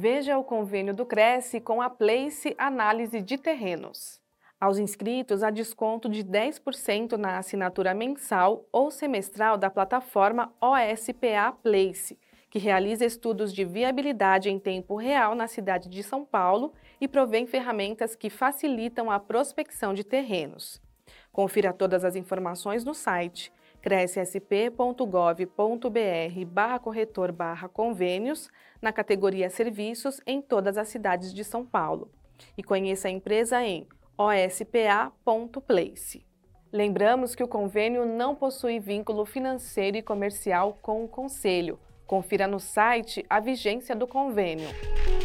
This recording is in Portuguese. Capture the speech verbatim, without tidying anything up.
Veja o convênio do Cresce com a Place Análise de Terrenos. Aos inscritos, há desconto de dez por cento na assinatura mensal ou semestral da plataforma O S P A Place, que realiza estudos de viabilidade em tempo real na cidade de São Paulo e provém ferramentas que facilitam a prospecção de terrenos. Confira todas as informações no site crescsp ponto gov ponto br barra corretor barra convênios, na categoria Serviços em todas as cidades de São Paulo. E conheça a empresa em o s p a ponto place. Lembramos que o convênio não possui vínculo financeiro e comercial com o Conselho. Confira no site a vigência do convênio.